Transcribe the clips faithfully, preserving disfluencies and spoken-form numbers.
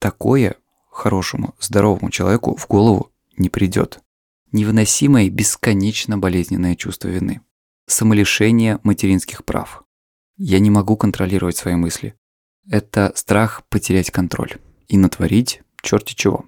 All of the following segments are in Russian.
Такое хорошему, здоровому человеку в голову не придет. Невыносимое, бесконечно болезненное чувство вины. Самолишение материнских прав. Я не могу контролировать свои мысли. Это страх потерять контроль и натворить черти чего.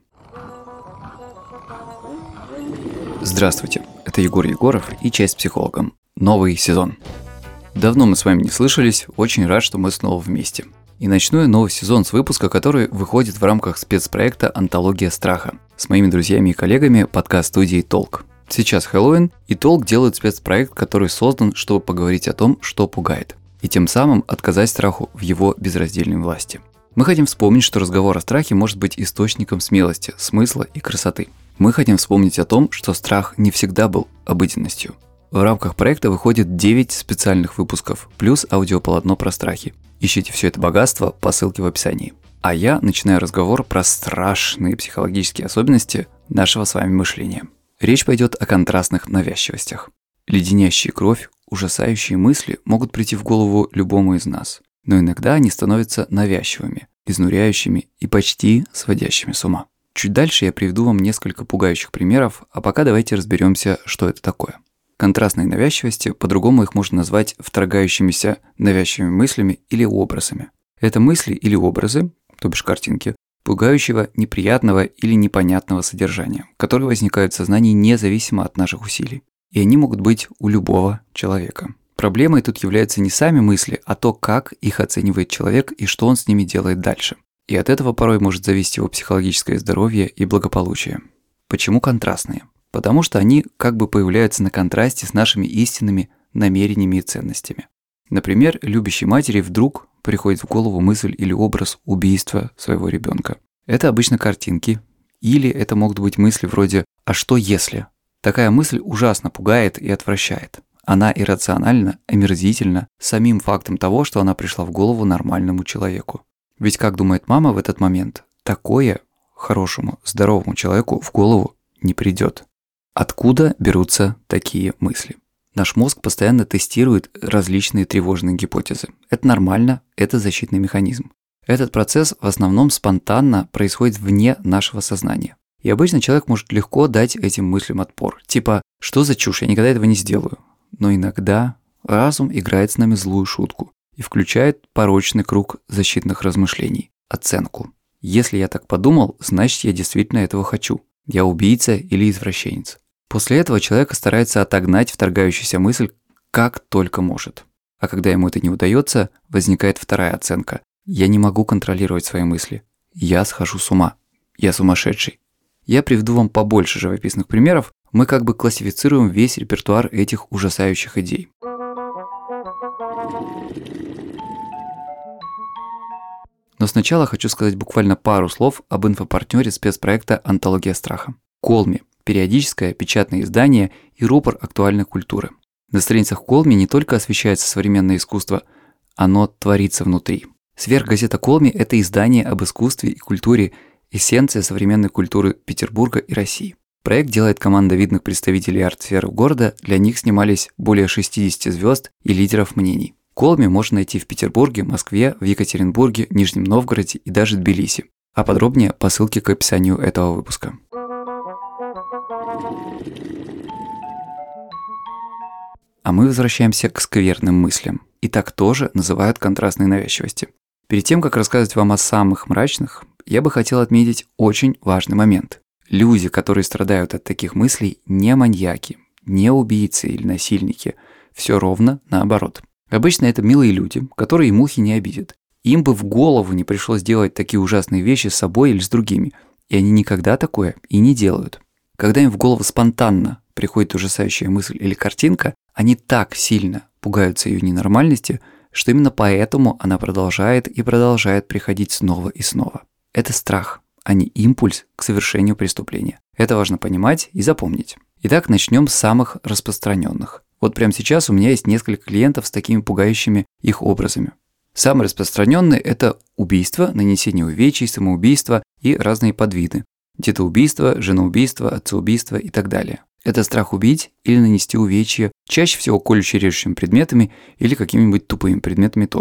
Здравствуйте, это Егор Егоров и «Чай с психологом». Новый сезон. Давно мы с вами не слышались, очень рад, что мы снова вместе. И начну я новый сезон с выпуска, который выходит в рамках спецпроекта «Антология страха» с моими друзьями и коллегами подкаст-студии «Толк». Сейчас Хэллоуин, и «Толк» делает спецпроект, который создан, чтобы поговорить о том, что пугает, и тем самым отказать страху в его безраздельной власти. Мы хотим вспомнить, что разговор о страхе может быть источником смелости, смысла и красоты. Мы хотим вспомнить о том, что страх не всегда был обыденностью. В рамках проекта выходит девять специальных выпусков, плюс аудиополотно про страхи. Ищите все это богатство по ссылке в описании. А я начинаю разговор про страшные психологические особенности нашего с вами мышления. Речь пойдет о контрастных навязчивостях. Леденящие кровь, ужасающие мысли могут прийти в голову любому из нас, но иногда они становятся навязчивыми, изнуряющими и почти сводящими с ума. Чуть дальше я приведу вам несколько пугающих примеров, а пока давайте разберемся, что это такое. Контрастные навязчивости, по-другому их можно назвать вторгающимися навязчивыми мыслями или образами. Это мысли или образы, то бишь картинки, пугающего, неприятного или непонятного содержания, которые возникают в сознании независимо от наших усилий. И они могут быть у любого человека. Проблемой тут являются не сами мысли, а то, как их оценивает человек и что он с ними делает дальше. И от этого порой может зависеть его психологическое здоровье и благополучие. Почему контрастные? Потому что они как бы появляются на контрасте с нашими истинными намерениями и ценностями. Например, любящей матери вдруг приходит в голову мысль или образ убийства своего ребенка. Это обычно картинки, или это могут быть мысли вроде «а что если?». Такая мысль ужасно пугает и отвращает. Она иррациональна, омерзительна самим фактом того, что она пришла в голову нормальному человеку. Ведь, как думает мама в этот момент, такое хорошему, здоровому человеку в голову не придет. Откуда берутся такие мысли? Наш мозг постоянно тестирует различные тревожные гипотезы. Это нормально, это защитный механизм. Этот процесс в основном спонтанно происходит вне нашего сознания. И обычно человек может легко дать этим мыслям отпор. Типа «что за чушь, я никогда этого не сделаю». Но иногда разум играет с нами злую шутку и включает порочный круг защитных размышлений – оценку. Если я так подумал, значит я действительно этого хочу. Я убийца или извращенец. После этого человек старается отогнать вторгающуюся мысль как только может. А когда ему это не удается, возникает вторая оценка. Я не могу контролировать свои мысли. Я схожу с ума. Я сумасшедший. Я приведу вам побольше живописных примеров. Мы как бы классифицируем весь репертуар этих ужасающих идей. Но сначала хочу сказать буквально пару слов об инфопартнере спецпроекта «Антология страха». Колми – периодическое печатное издание и рупор актуальной культуры. На страницах Колми не только освещается современное искусство, оно творится внутри. Сверхгазета Колми – это издание об искусстве и культуре, эссенция современной культуры Петербурга и России. Проект делает команда видных представителей арт-сферы города, для них снимались более шестидесяти звезд и лидеров мнений. Колми можно найти в Петербурге, Москве, в Екатеринбурге, Нижнем Новгороде и даже Тбилиси. А подробнее по ссылке к описанию этого выпуска. А мы возвращаемся к скверным мыслям. И так тоже называют контрастные навязчивости. Перед тем, как рассказать вам о самых мрачных, я бы хотел отметить очень важный момент. Люди, которые страдают от таких мыслей, не маньяки, не убийцы или насильники. Все ровно наоборот. Обычно это милые люди, которые и мухи не обидят. Им бы в голову не пришлось делать такие ужасные вещи с собой или с другими. И они никогда такое и не делают. Когда им в голову спонтанно приходит ужасающая мысль или картинка, они так сильно пугаются ее ненормальности, что именно поэтому она продолжает и продолжает приходить снова и снова. Это страх, а не импульс к совершению преступления. Это важно понимать и запомнить. Итак, начнем с самых распространенных. Вот прямо сейчас у меня есть несколько клиентов с такими пугающими их образами. Самый распространенный – это убийство, нанесение увечий, самоубийство и разные подвиды. Детоубийство, женоубийство, отцеубийство и так далее. Это страх убить или нанести увечья, чаще всего колюще-режущими предметами или какими-нибудь тупыми предметами тоже.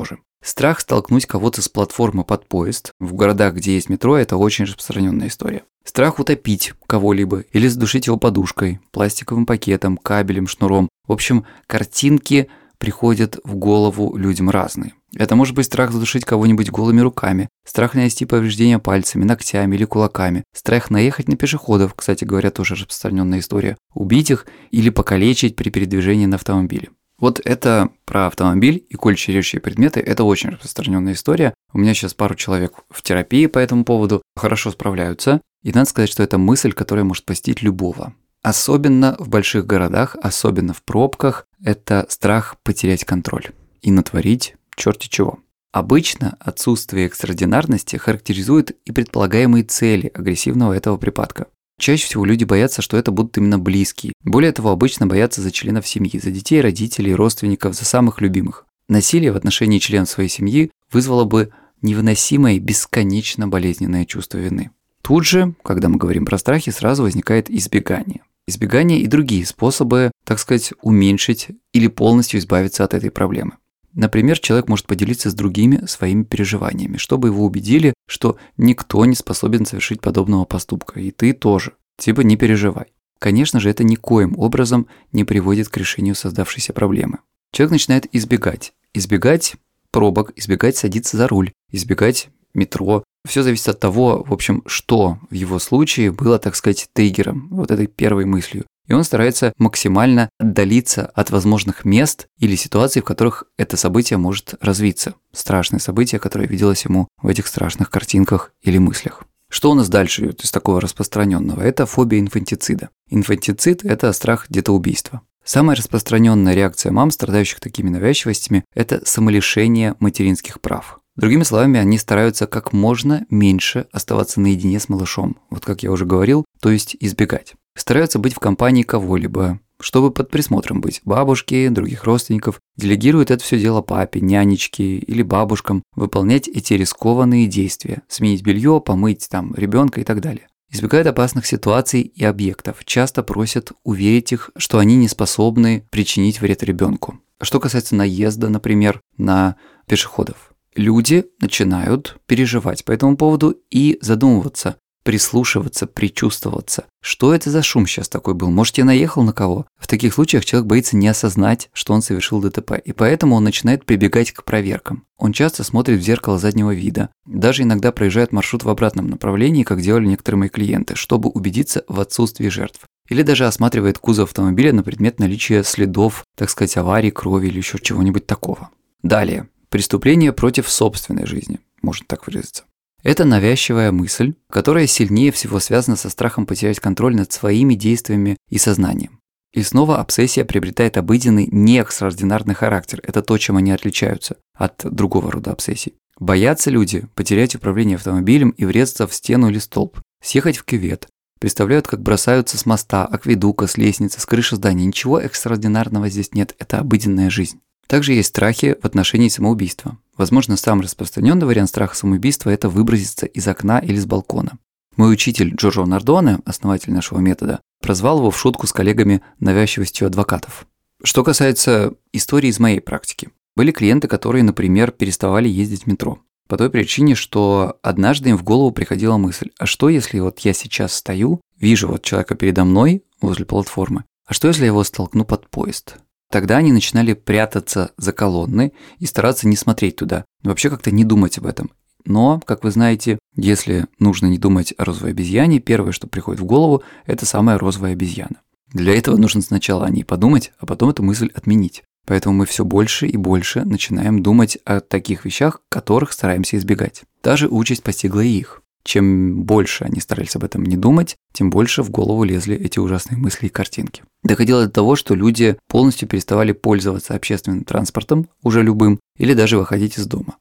Страх столкнуть кого-то с платформы под поезд. В городах, где есть метро, это очень распространенная история. Страх утопить кого-либо или задушить его подушкой, пластиковым пакетом, кабелем, шнуром. В общем, картинки приходят в голову людям разные. Это может быть страх задушить кого-нибудь голыми руками, страх нанести повреждения пальцами, ногтями или кулаками, страх наехать на пешеходов, кстати говоря, тоже распространенная история, убить их или покалечить при передвижении на автомобиле. Вот это про автомобиль и колющие режущие предметы, это очень распространенная история. У меня сейчас пару человек в терапии по этому поводу хорошо справляются. И надо сказать, что это мысль, которая может посетить любого. Особенно в больших городах, особенно в пробках, это страх потерять контроль и натворить черти чего. Обычно отсутствие экстраординарности характеризует и предполагаемые цели агрессивного этого припадка. Чаще всего люди боятся, что это будут именно близкие. Более того, обычно боятся за членов семьи, за детей, родителей, родственников, за самых любимых. Насилие в отношении членов своей семьи вызвало бы невыносимое и бесконечно болезненное чувство вины. Тут же, когда мы говорим про страхи, сразу возникает избегание. Избегание и другие способы, так сказать, уменьшить или полностью избавиться от этой проблемы. Например, человек может поделиться с другими своими переживаниями, чтобы его убедили, что никто не способен совершить подобного поступка, и ты тоже. Типа не переживай. Конечно же, это никоим образом не приводит к решению создавшейся проблемы. Человек начинает избегать. Избегать пробок, избегать садиться за руль, избегать метро. Все зависит от того, в общем, что в его случае было, так сказать, триггером, вот этой первой мыслью. И он старается максимально отдалиться от возможных мест или ситуаций, в которых это событие может развиться. Страшное событие, которое виделось ему в этих страшных картинках или мыслях. Что у нас дальше идет из такого распространенного? Это фобия инфантицида. Инфантицид – это страх детоубийства. Самая распространенная реакция мам, страдающих такими навязчивостями, это самолишение материнских прав. Другими словами, они стараются как можно меньше оставаться наедине с малышом, вот как я уже говорил, то есть избегать. Стараются быть в компании кого-либо, чтобы под присмотром быть, бабушки, других родственников, делегируют это все дело папе, нянечке или бабушкам, выполнять эти рискованные действия, сменить белье, помыть там ребенка и так далее. Избегают опасных ситуаций и объектов, часто просят уверить их, что они не способны причинить вред ребенку. Что касается наезда, например, на пешеходов. Люди начинают переживать по этому поводу и задумываться, прислушиваться, предчувствоваться. Что это за шум сейчас такой был? Может, я наехал на кого? В таких случаях человек боится не осознать, что он совершил ДТП, и поэтому он начинает прибегать к проверкам. Он часто смотрит в зеркало заднего вида, даже иногда проезжает маршрут в обратном направлении, как делали некоторые мои клиенты, чтобы убедиться в отсутствии жертв. Или даже осматривает кузов автомобиля на предмет наличия следов, так сказать, аварии, крови или еще чего-нибудь такого. Далее. Преступление против собственной жизни, можно так выразиться. Это навязчивая мысль, которая сильнее всего связана со страхом потерять контроль над своими действиями и сознанием. И снова обсессия приобретает обыденный, не экстраординарный характер. Это то, чем они отличаются от другого рода обсессий. Боятся люди потерять управление автомобилем и врезаться в стену или столб, съехать в кювет. Представляют, как бросаются с моста, акведука, с лестницы, с крыши здания. Ничего экстраординарного здесь нет, это обыденная жизнь. Также есть страхи в отношении самоубийства. Возможно, самый распространенный вариант страха самоубийства – это выброситься из окна или с балкона. Мой учитель Джорджо Нардоне, основатель нашего метода, прозвал его в шутку с коллегами навязчивостью адвокатов. Что касается истории из моей практики. Были клиенты, которые, например, переставали ездить в метро. По той причине, что однажды им в голову приходила мысль, а что если вот я сейчас стою, вижу вот человека передо мной возле платформы, а что если я его столкну под поезд? Тогда они начинали прятаться за колонны и стараться не смотреть туда, вообще как-то не думать об этом. Но, как вы знаете, если нужно не думать о розовой обезьяне, первое, что приходит в голову, это самая розовая обезьяна. Для этого нужно сначала о ней подумать, а потом эту мысль отменить. Поэтому мы все больше и больше начинаем думать о таких вещах, которых стараемся избегать. Та же участь постигла и их. Чем больше они старались об этом не думать, тем больше в голову лезли эти ужасные мысли и картинки. Доходило до того, что люди полностью переставали пользоваться общественным транспортом, уже любым, или даже выходить из дома.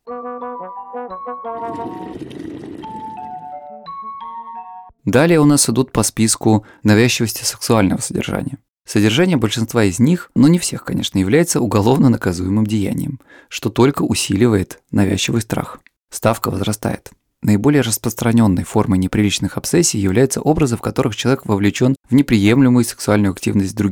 Далее у нас идут по списку навязчивости сексуального содержания. Содержание большинства из них, но не всех, конечно, является уголовно наказуемым деянием, что только усиливает навязчивый страх. Ставка возрастает. Наиболее распространенной формой неприличных обсессий являются образы, в которых человек вовлечен в неприемлемую сексуальную активность с другими.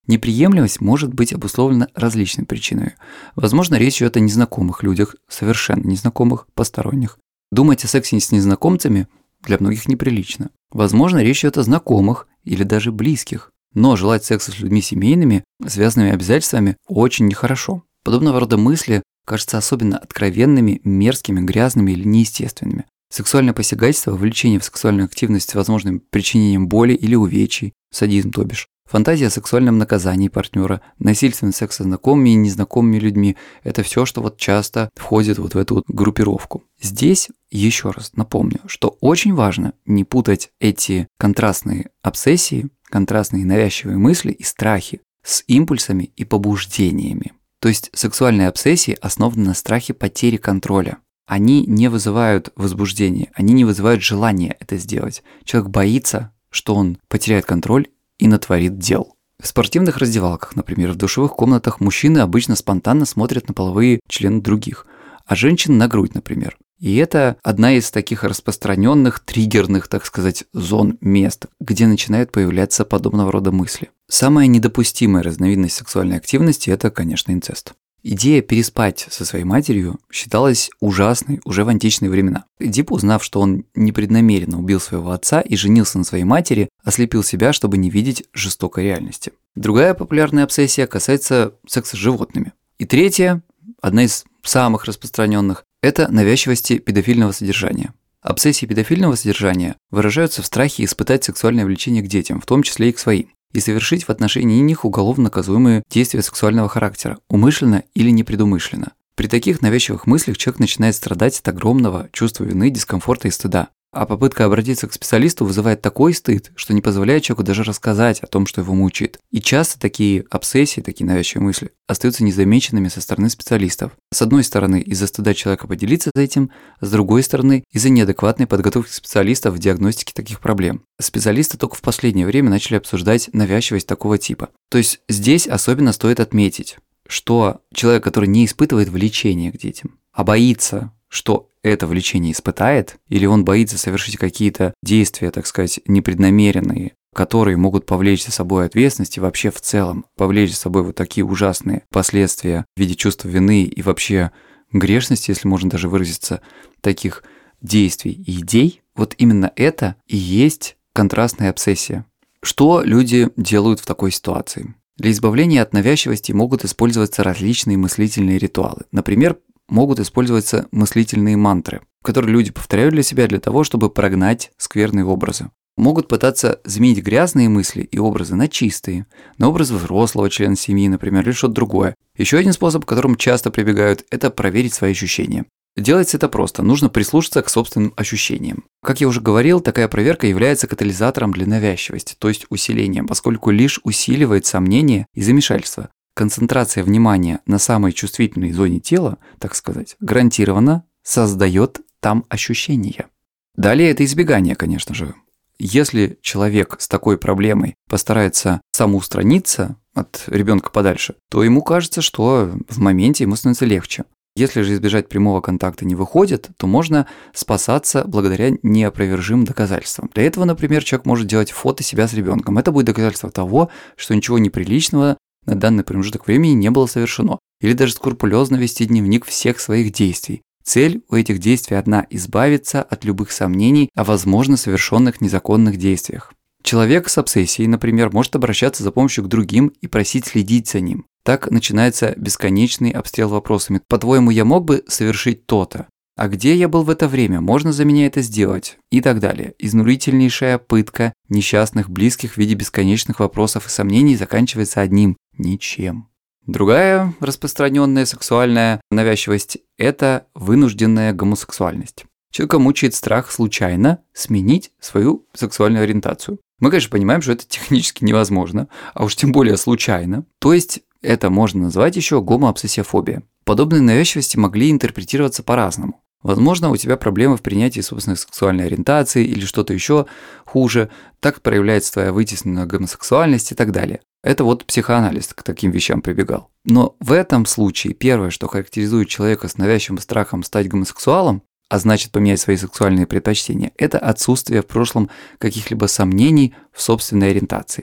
Неприемлемость может быть обусловлена различными причинами. Возможно, речь идет о незнакомых людях, совершенно незнакомых, посторонних. Думать о сексе с незнакомцами для многих неприлично. Возможно, речь идет о знакомых или даже близких. Но желать секса с людьми семейными, связанными обязательствами, очень нехорошо. Подобного рода мысли кажутся особенно откровенными, мерзкими, грязными или неестественными. Сексуальное посягательство, вовлечение в сексуальную активность с возможным причинением боли или увечий, садизм, то бишь, фантазия о сексуальном наказании партнера, насильственный секс со знакомыми и незнакомыми людьми – это все, что вот часто входит вот в эту вот группировку. Здесь еще раз напомню, что очень важно не путать эти контрастные обсессии, контрастные навязчивые мысли и страхи с импульсами и побуждениями. То есть сексуальные обсессии основаны на страхе потери контроля. Они не вызывают возбуждения, они не вызывают желания это сделать. Человек боится, что он потеряет контроль и натворит дел. В спортивных раздевалках, например, в душевых комнатах мужчины обычно спонтанно смотрят на половые члены других, а женщины на грудь, например. И это одна из таких распространенных, триггерных, так сказать, зон мест, где начинают появляться подобного рода мысли. Самая недопустимая разновидность сексуальной активности – это, конечно, инцест. Идея переспать со своей матерью считалась ужасной уже в античные времена. Эдип, узнав, что он непреднамеренно убил своего отца и женился на своей матери, ослепил себя, чтобы не видеть жестокой реальности. Другая популярная обсессия касается секса с животными. И третья, одна из самых распространенных, это навязчивости педофильного содержания. Обсессии педофильного содержания выражаются в страхе испытать сексуальное влечение к детям, в том числе и к своим, и совершить в отношении них уголовно наказуемые действия сексуального характера, умышленно или непредумышленно. При таких навязчивых мыслях человек начинает страдать от огромного чувства вины, дискомфорта и стыда. А попытка обратиться к специалисту вызывает такой стыд, что не позволяет человеку даже рассказать о том, что его мучает. И часто такие обсессии, такие навязчивые мысли остаются незамеченными со стороны специалистов. С одной стороны, из-за стыда человека поделиться этим, с другой стороны, из-за неадекватной подготовки специалистов в диагностике таких проблем. Специалисты только в последнее время начали обсуждать навязчивость такого типа. То есть здесь особенно стоит отметить, что человек, который не испытывает влечения к детям, а боится, что это влечение испытает, или он боится совершить какие-то действия, так сказать, непреднамеренные, которые могут повлечь за собой ответственность и вообще в целом повлечь за собой вот такие ужасные последствия в виде чувства вины и вообще грешности, если можно даже выразиться, таких действий и идей, вот именно это и есть контрастная обсессия. Что люди делают в такой ситуации? Для избавления от навязчивости могут использоваться различные мыслительные ритуалы. Например, могут использоваться мыслительные мантры, которые люди повторяют для себя для того, чтобы прогнать скверные образы. Могут пытаться заменить грязные мысли и образы на чистые, на образы взрослого члена семьи, например, или что-то другое. Еще один способ, к которому часто прибегают, это проверить свои ощущения. Делается это просто, нужно прислушаться к собственным ощущениям. Как я уже говорил, такая проверка является катализатором для навязчивости, то есть усилением, поскольку лишь усиливает сомнения и замешательство. Концентрация внимания на самой чувствительной зоне тела, так сказать, гарантированно создает там ощущения. Далее это избегание, конечно же. Если человек с такой проблемой постарается самоустраниться от ребенка подальше, то ему кажется, что в моменте ему становится легче. Если же избежать прямого контакта не выходит, то можно спасаться благодаря неопровержимым доказательствам. Для этого, например, человек может делать фото себя с ребенком. Это будет доказательство того, что ничего неприличного на данный промежуток времени не было совершено. Или даже скрупулезно вести дневник всех своих действий. Цель у этих действий одна – избавиться от любых сомнений о возможно совершенных незаконных действиях. Человек с обсессией, например, может обращаться за помощью к другим и просить следить за ним. Так начинается бесконечный обстрел вопросами. По-твоему, я мог бы совершить то-то? А где я был в это время? Можно за меня это сделать? И так далее. Изнурительнейшая пытка несчастных близких в виде бесконечных вопросов и сомнений заканчивается одним – ничем. Другая распространенная сексуальная навязчивость – это вынужденная гомосексуальность. Человека мучает страх случайно сменить свою сексуальную ориентацию. Мы, конечно, понимаем, что это технически невозможно, а уж тем более случайно. То есть это можно назвать еще гомообсессиофобия. Подобные навязчивости могли интерпретироваться по-разному. Возможно, у тебя проблемы в принятии собственной сексуальной ориентации или что-то еще хуже, так проявляется твоя вытесненная гомосексуальность и так далее. Это вот психоанализ к таким вещам прибегал. Но в этом случае первое, что характеризует человека с навязчивым страхом стать гомосексуалом, а значит поменять свои сексуальные предпочтения, это отсутствие в прошлом каких-либо сомнений в собственной ориентации.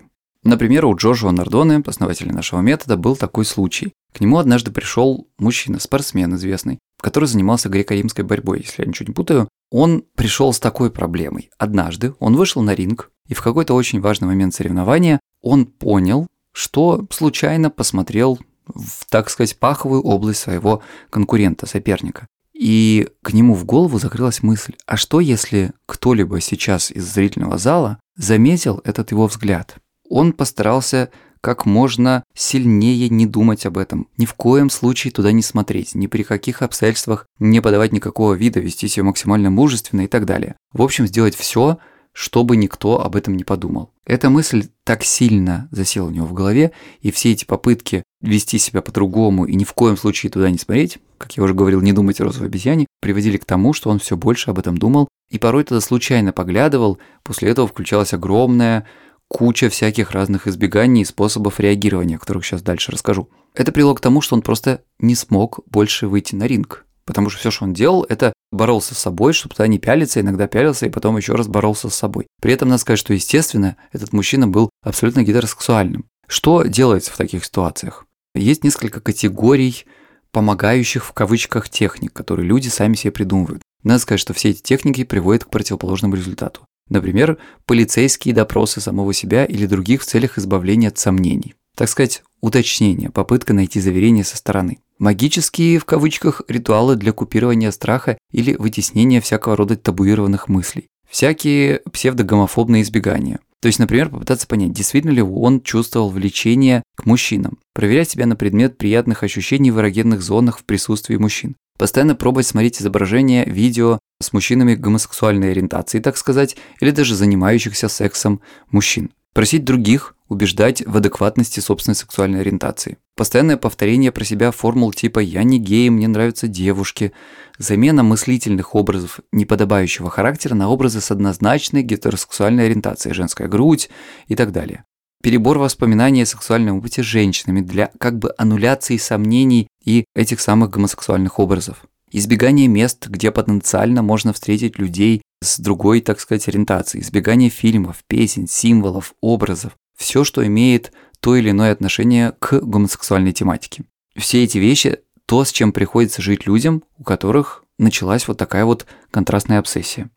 Например, у Джорджо Нардоне, основателя нашего метода, был такой случай. К нему однажды пришел мужчина, спортсмен известный, который занимался греко-римской борьбой, если я ничего не путаю. Он пришел с такой проблемой. Однажды он вышел на ринг, и в какой-то очень важный момент соревнования он понял, что случайно посмотрел в, так сказать, паховую область своего конкурента, соперника. И к нему в голову закрылась мысль, а что если кто-либо сейчас из зрительного зала заметил этот его взгляд? Он постарался как можно сильнее не думать об этом, ни в коем случае туда не смотреть, ни при каких обстоятельствах не подавать никакого вида, вести себя максимально мужественно и так далее. В общем, сделать все, чтобы никто об этом не подумал. Эта мысль так сильно засела у него в голове, и все эти попытки вести себя по-другому и ни в коем случае туда не смотреть, как я уже говорил, не думать о розовой обезьяне, приводили к тому, что он все больше об этом думал и порой туда случайно поглядывал. После этого включалась огромная куча всяких разных избеганий и способов реагирования, о которых сейчас дальше расскажу. Это привело к тому, что он просто не смог больше выйти на ринг. Потому что все, что он делал, это боролся с собой, чтобы туда не пялиться, иногда пялился и потом еще раз боролся с собой. При этом надо сказать, что, естественно, этот мужчина был абсолютно гетеросексуальным. Что делается в таких ситуациях? Есть несколько категорий помогающих в кавычках техник, которые люди сами себе придумывают. Надо сказать, что все эти техники приводят к противоположному результату. Например, полицейские допросы самого себя или других в целях избавления от сомнений. Так сказать, уточнение, попытка найти заверение со стороны. Магические, в кавычках, ритуалы для купирования страха или вытеснения всякого рода табуированных мыслей. Всякие псевдогомофобные избегания. То есть, например, попытаться понять, действительно ли он чувствовал влечение к мужчинам. Проверять себя на предмет приятных ощущений в эрогенных зонах в присутствии мужчин. Постоянно пробовать смотреть изображения, видео с мужчинами гомосексуальной ориентации, так сказать, или даже занимающихся сексом мужчин. Просить других убеждать в адекватности собственной сексуальной ориентации. Постоянное повторение про себя формул типа «я не гей, мне нравятся девушки». Замена мыслительных образов неподобающего характера на образы с однозначной гетеросексуальной ориентацией, женская грудь и так далее. Перебор воспоминаний о сексуальном опыте с женщинами для как бы аннуляции сомнений и этих самых гомосексуальных образов. Избегание мест, где потенциально можно встретить людей с другой, так сказать, ориентацией. Избегание фильмов, песен, символов, образов. Все, что имеет то или иное отношение к гомосексуальной тематике. Все эти вещи – то, с чем приходится жить людям, у которых началась вот такая вот контрастная обсессия.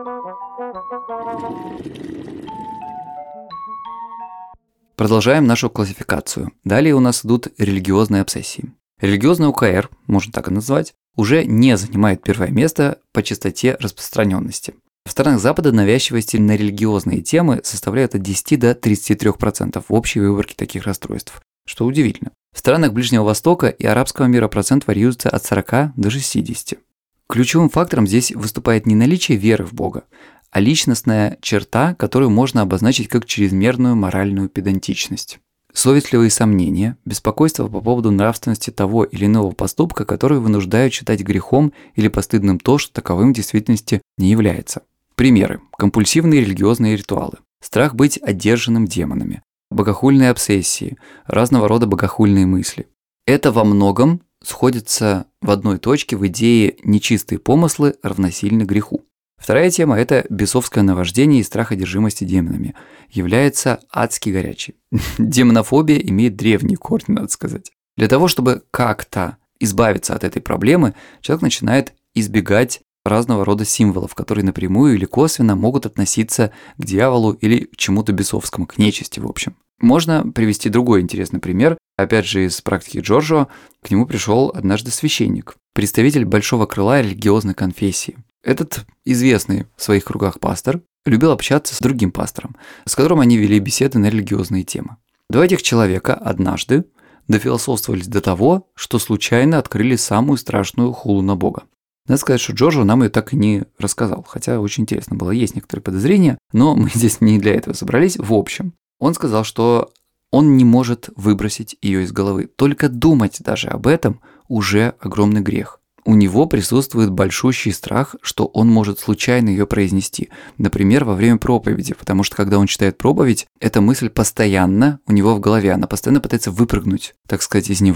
Продолжаем нашу классификацию. Далее у нас идут религиозные обсессии. Религиозный о ка эр, можно так и назвать, уже не занимает первое место по частоте распространенности. В странах Запада навязчивости на религиозные темы составляют от десяти до тридцати трёх процентов в общей выборке таких расстройств, что удивительно. В странах Ближнего Востока и арабского мира процент варьируется от сорока до шестидесяти. Ключевым фактором здесь выступает не наличие веры в Бога, а личностная черта, которую можно обозначить как чрезмерную моральную педантичность. Совестливые сомнения, беспокойство по поводу нравственности того или иного поступка, которые вынуждают считать грехом или постыдным то, что таковым в действительности не является. Примеры. Компульсивные религиозные ритуалы. Страх быть одержанным демонами. Богохульные обсессии. Разного рода богохульные мысли. Это во многом сходится в одной точке в идее «нечистые помыслы равносильны греху». Вторая тема – это бесовское наваждение и страх одержимости демонами. Является адски горячей. Демонофобия имеет древние корни, надо сказать. Для того, чтобы как-то избавиться от этой проблемы, человек начинает избегать разного рода символов, которые напрямую или косвенно могут относиться к дьяволу или к чему-то бесовскому, к нечисти в общем. Можно привести другой интересный пример. Опять же, из практики Джорджо. К нему пришел однажды священник, представитель большого крыла религиозной конфессии. Этот известный в своих кругах пастор любил общаться с другим пастором, с которым они вели беседы на религиозные темы. Два этих человека однажды дофилософствовались до того, что случайно открыли самую страшную хулу на Бога. Надо сказать, что Джорджо нам ее так и не рассказал, хотя очень интересно было, есть некоторые подозрения, но мы здесь не для этого собрались. В общем, он сказал, что он не может выбросить ее из головы. Только думать даже об этом уже огромный грех. У него присутствует большущий страх, что он может случайно ее произнести, например, во время проповеди, потому что когда он читает проповедь, эта мысль постоянно у него в голове, она постоянно пытается выпрыгнуть, так сказать, из него.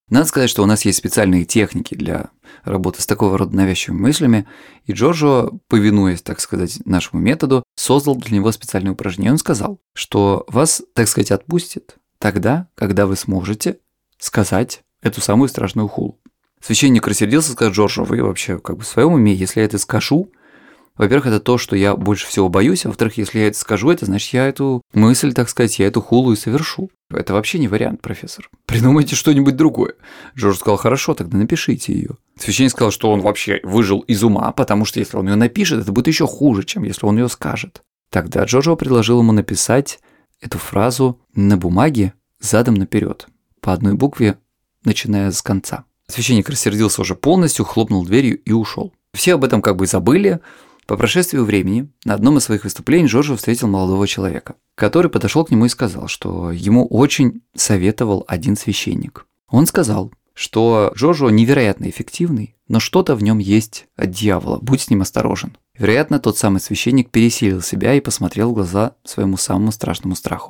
Надо сказать, что у нас есть специальные техники для работы с такого рода навязчивыми мыслями, и Джорджо, повинуясь, так сказать, нашему методу, создал для него специальное упражнение. Он сказал, что вас, так сказать, отпустит тогда, когда вы сможете сказать эту самую страшную хулу. Священник рассердился, сказал: Джорджо, вы вообще как бы в своем уме, если я это скажу, во-первых, это то, что я больше всего боюсь, а во-вторых, если я это скажу, это значит, я эту мысль, так сказать, я эту хулу и совершу. Это вообще не вариант, профессор. Придумайте что-нибудь другое. Джордж сказал: хорошо, тогда напишите ее. Священник сказал, что он вообще выжил из ума, потому что если он ее напишет, это будет еще хуже, чем если он ее скажет. Тогда Джорджо предложил ему написать эту фразу на бумаге задом наперед, по одной букве, начиная с конца. Священник рассердился уже полностью, хлопнул дверью и ушел. Все об этом как бы забыли. По прошествию времени на одном из своих выступлений Джорджо встретил молодого человека, который подошел к нему и сказал, что ему очень советовал один священник. Он сказал, что Джорджо невероятно эффективный, но что-то в нем есть от дьявола, будь с ним осторожен. Вероятно, тот самый священник пересилил себя и посмотрел в глаза своему самому страшному страху.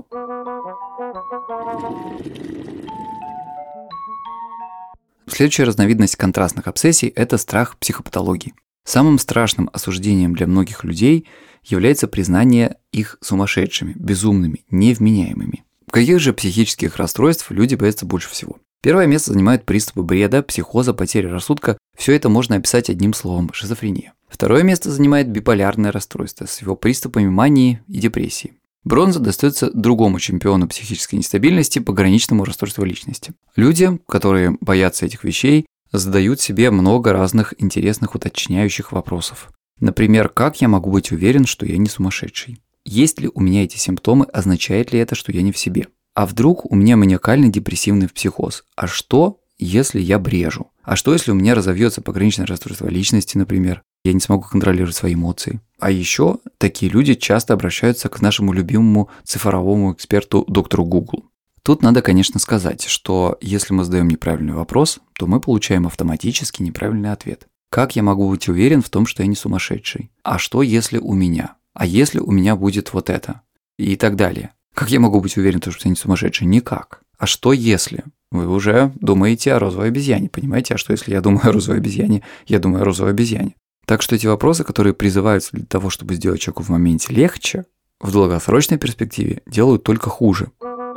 Следующая разновидность контрастных обсессий – это страх психопатологии. Самым страшным осуждением для многих людей является признание их сумасшедшими, безумными, невменяемыми. Каких же психических расстройств люди боятся больше всего? Первое место занимают приступы бреда, психоза, потери рассудка. Все это можно описать одним словом – шизофрения. Второе место занимает биполярное расстройство с его приступами мании и депрессии. Бронза достается другому чемпиону психической нестабильности – пограничному расстройству личности. Люди, которые боятся этих вещей, задают себе много разных интересных уточняющих вопросов. Например, как я могу быть уверен, что я не сумасшедший? Есть ли у меня эти симптомы, означает ли это, что я не в себе? А вдруг у меня маниакальный депрессивный психоз? А что, если я брежу? А что, если у меня разовьется пограничное расстройство личности, например? Я не смогу контролировать свои эмоции. А еще такие люди часто обращаются к нашему любимому цифровому эксперту доктору Google. Тут надо, конечно, сказать, что если мы задаем неправильный вопрос, то мы получаем автоматически неправильный ответ. Как я могу быть уверен в том, что я не сумасшедший? А что, если у меня? А если у меня будет вот это? И так далее. Как я могу быть уверен в том, что я не сумасшедший? Никак. А что, если? Вы уже думаете о розовой обезьяне, понимаете? А что, если я думаю о розовой обезьяне? Я думаю о розовой обезьяне. Так что эти вопросы, которые призываются для того, чтобы сделать человеку в моменте легче, в долгосрочной перспективе делают только хуже.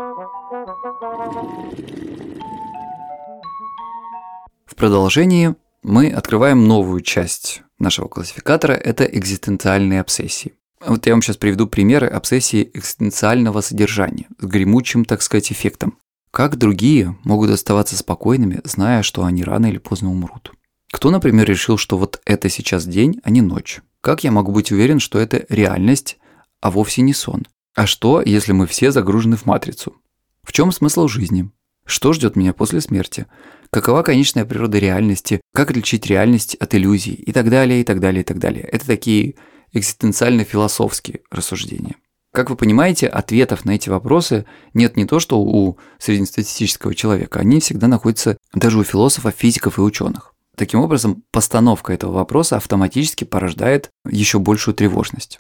В продолжении мы открываем новую часть нашего классификатора – это экзистенциальные обсессии. Вот я вам сейчас приведу примеры обсессии экзистенциального содержания с гремучим, так сказать, эффектом. Как другие могут оставаться спокойными, зная, что они рано или поздно умрут? Кто, например, решил, что вот это сейчас день, а не ночь? Как я могу быть уверен, что это реальность, а вовсе не сон? А что, если мы все загружены в матрицу? В чем смысл жизни? Что ждет меня после смерти? Какова конечная природа реальности? Как отличить реальность от иллюзий? И так далее, и так далее, и так далее. Это такие экзистенциально-философские рассуждения. Как вы понимаете, ответов на эти вопросы нет не то, что у среднестатистического человека, они всегда находятся даже у философов, физиков и ученых. Таким образом, постановка этого вопроса автоматически порождает еще большую тревожность.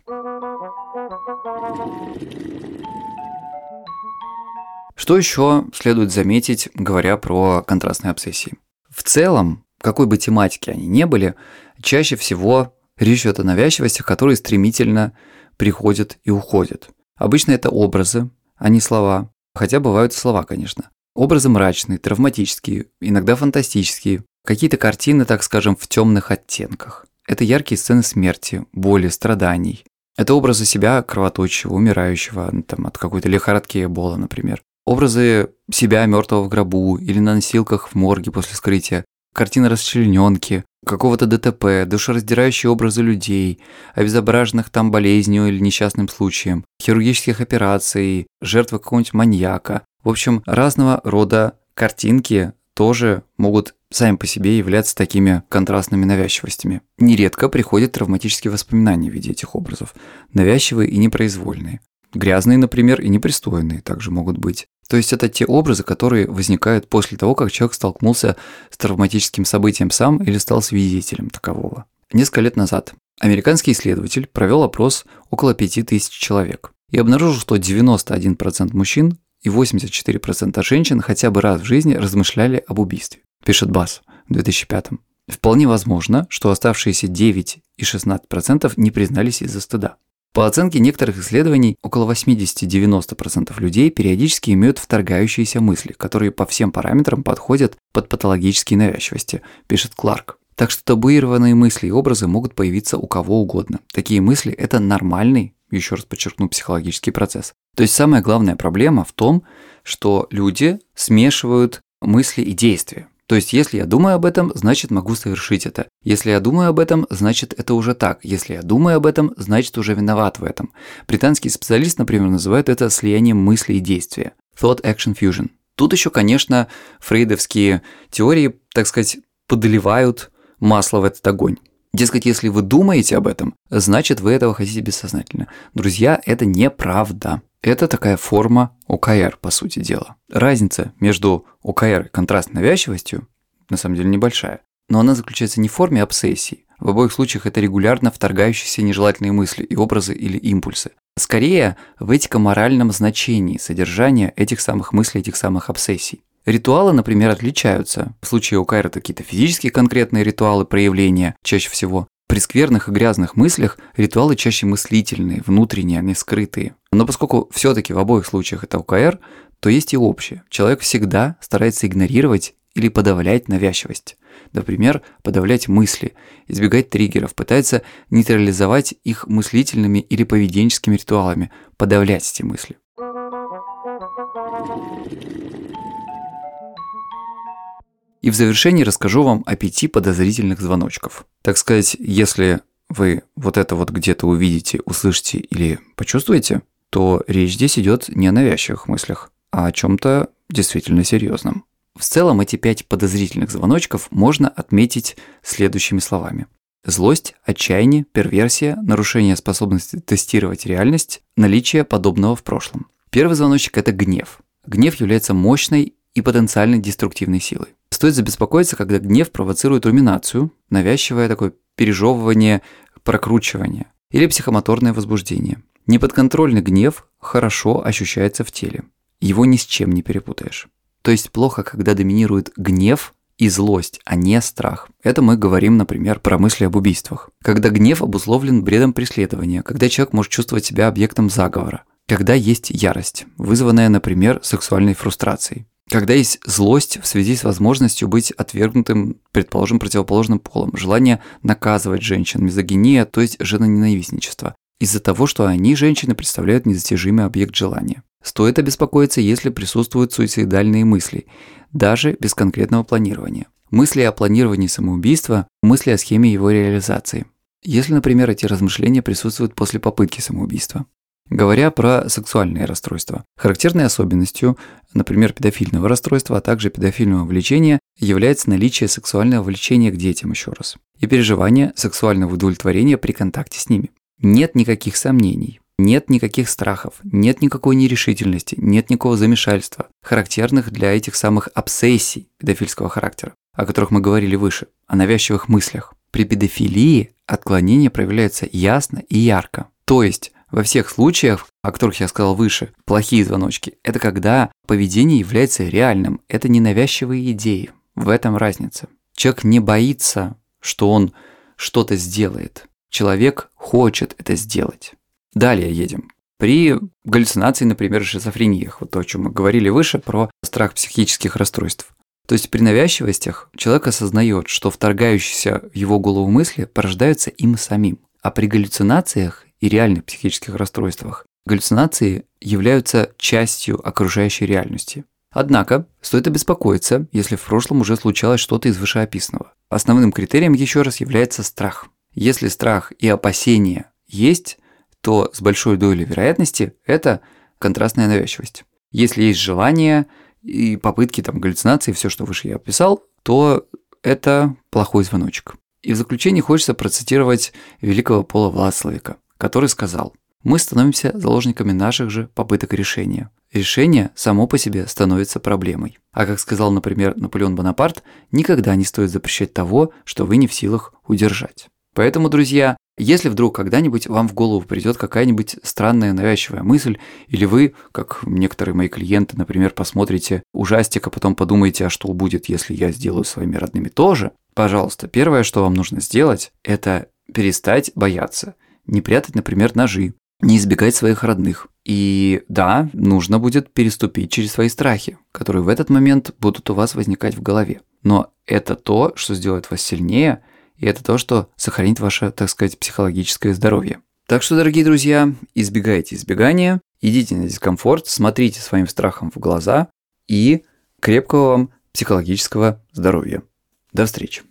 Что еще следует заметить, говоря про контрастные обсессии? В целом, какой бы тематики они ни были, чаще всего речь идет о навязчивостях, которые стремительно приходят и уходят. Обычно это образы, а не слова. Хотя бывают и слова, конечно. Образы мрачные, травматические, иногда фантастические. Какие-то картины, так скажем, в темных оттенках. Это яркие сцены смерти, боли, страданий. Это образы себя кровоточащего, умирающего, там, от какой-то лихорадки Эбола, например. Образы себя мертвого в гробу или на носилках в морге после вскрытия. Картины расчлененки, какого-то ДТП, душераздирающие образы людей, обезображенных там болезнью или несчастным случаем, хирургических операций, жертвы какого-нибудь маньяка. В общем, разного рода картинки тоже могут сами по себе являться такими контрастными навязчивостями. Нередко приходят травматические воспоминания в виде этих образов, навязчивые и непроизвольные. Грязные, например, и непристойные также могут быть. То есть это те образы, которые возникают после того, как человек столкнулся с травматическим событием сам или стал свидетелем такового. Несколько лет назад американский исследователь провел опрос около пяти тысяч человек и обнаружил, что девяносто один процент мужчин и восемьдесят четыре процента женщин хотя бы раз в жизни размышляли об убийстве, пишет БАС в две тысячи пятом. Вполне возможно, что оставшиеся девять и шестнадцать процентов не признались из-за стыда. По оценке некоторых исследований, около восемьдесят-девяносто процентов людей периодически имеют вторгающиеся мысли, которые по всем параметрам подходят под патологические навязчивости, пишет Кларк. Так что табуированные мысли и образы могут появиться у кого угодно. Такие мысли – это нормальный, еще раз подчеркну, психологический процесс. То есть самая главная проблема в том, что люди смешивают мысли и действия. То есть, если я думаю об этом, значит, могу совершить это. Если я думаю об этом, значит, это уже так. Если я думаю об этом, значит, уже виноват в этом. Британский специалист, например, называет это слиянием мысли и действия. Thought-action fusion. Тут еще, конечно, фрейдовские теории, так сказать, подливают масло в этот огонь. Дескать, если вы думаете об этом, значит, вы этого хотите бессознательно. Друзья, это неправда. Это такая форма о ка эр, по сути дела. Разница между о ка эр и контрастной навязчивостью на самом деле небольшая. Но она заключается не в форме обсессии. В обоих случаях это регулярно вторгающиеся нежелательные мысли и образы или импульсы. Скорее, в этико-моральном значении содержания этих самых мыслей, этих самых обсессий. Ритуалы, например, отличаются. В случае о ка эр это какие-то физические конкретные ритуалы, проявления чаще всего. При скверных и грязных мыслях ритуалы чаще мыслительные, внутренние, а не скрытые. Но поскольку все-таки в обоих случаях это о ка эр, то есть и общее. Человек всегда старается игнорировать или подавлять навязчивость. Например, подавлять мысли, избегать триггеров, пытается нейтрализовать их мыслительными или поведенческими ритуалами, подавлять эти мысли. И в завершении расскажу вам о пяти подозрительных звоночках. Так сказать, если вы вот это вот где-то увидите, услышите или почувствуете, то речь здесь идет не о навязчивых мыслях, а о чем-то действительно серьезном. В целом эти пять подозрительных звоночков можно отметить следующими словами. Злость, отчаяние, перверсия, нарушение способности тестировать реальность, наличие подобного в прошлом. Первый звоночек – это гнев. Гнев является мощной и потенциально деструктивной силой. Стоит забеспокоиться, когда гнев провоцирует руминацию, навязчивое такое пережевывание, прокручивание или психомоторное возбуждение. Неподконтрольный гнев хорошо ощущается в теле. Его ни с чем не перепутаешь. То есть плохо, когда доминирует гнев и злость, а не страх. Это мы говорим, например, про мысли об убийствах. Когда гнев обусловлен бредом преследования, когда человек может чувствовать себя объектом заговора, когда есть ярость, вызванная, например, сексуальной фрустрацией. Когда есть злость в связи с возможностью быть отвергнутым, предположим, противоположным полом, желание наказывать женщин, мизогиния, то есть женоненавистничество, из-за того, что они, женщины, представляют недостижимый объект желания. Стоит обеспокоиться, если присутствуют суицидальные мысли, даже без конкретного планирования. Мысли о планировании самоубийства, мысли о схеме его реализации. Если, например, эти размышления присутствуют после попытки самоубийства. Говоря про сексуальные расстройства, характерной особенностью, например, педофильного расстройства, а также педофильного влечения является наличие сексуального влечения к детям еще раз и переживание сексуального удовлетворения при контакте с ними. Нет никаких сомнений, нет никаких страхов, нет никакой нерешительности, нет никакого замешательства, характерных для этих самых обсессий педофильского характера, о которых мы говорили выше, о навязчивых мыслях. При педофилии отклонение проявляется ясно и ярко, то есть во всех случаях, о которых я сказал выше, плохие звоночки – это когда поведение является реальным, это не навязчивые идеи. В этом разница. Человек не боится, что он что-то сделает. Человек хочет это сделать. Далее едем. При галлюцинации, например, шизофрениях, вот то, о чем мы говорили выше, про страх психических расстройств. То есть при навязчивостях человек осознает, что вторгающиеся в его голову мысли порождаются им самим. А при галлюцинациях и реальных психических расстройствах галлюцинации являются частью окружающей реальности. Однако, стоит обеспокоиться, если в прошлом уже случалось что-то из вышеописанного. Основным критерием еще раз является страх. Если страх и опасения есть, то с большой долей вероятности это контрастная навязчивость. Если есть желание и попытки там, галлюцинации, все, что выше я описал, то это плохой звоночек. И в заключение хочется процитировать великого Пола Вацлавика, который сказал: «Мы становимся заложниками наших же попыток решения. Решение само по себе становится проблемой. А как сказал, например, Наполеон Бонапарт, никогда не стоит запрещать того, что вы не в силах удержать». Поэтому, друзья, Если вдруг когда-нибудь вам в голову придет какая-нибудь странная навязчивая мысль, или вы, как некоторые мои клиенты, например, посмотрите ужастик, а потом подумаете, а что будет, если я сделаю своими родными тоже, пожалуйста, первое, что вам нужно сделать, это перестать бояться, не прятать, например, ножи, не избегать своих родных. И да, нужно будет переступить через свои страхи, которые в этот момент будут у вас возникать в голове. Но это то, что сделает вас сильнее, и это то, что сохранит ваше, так сказать, психологическое здоровье. Так что, дорогие друзья, избегайте избегания, идите на дискомфорт, смотрите своим страхом в глаза и крепкого вам психологического здоровья. До встречи.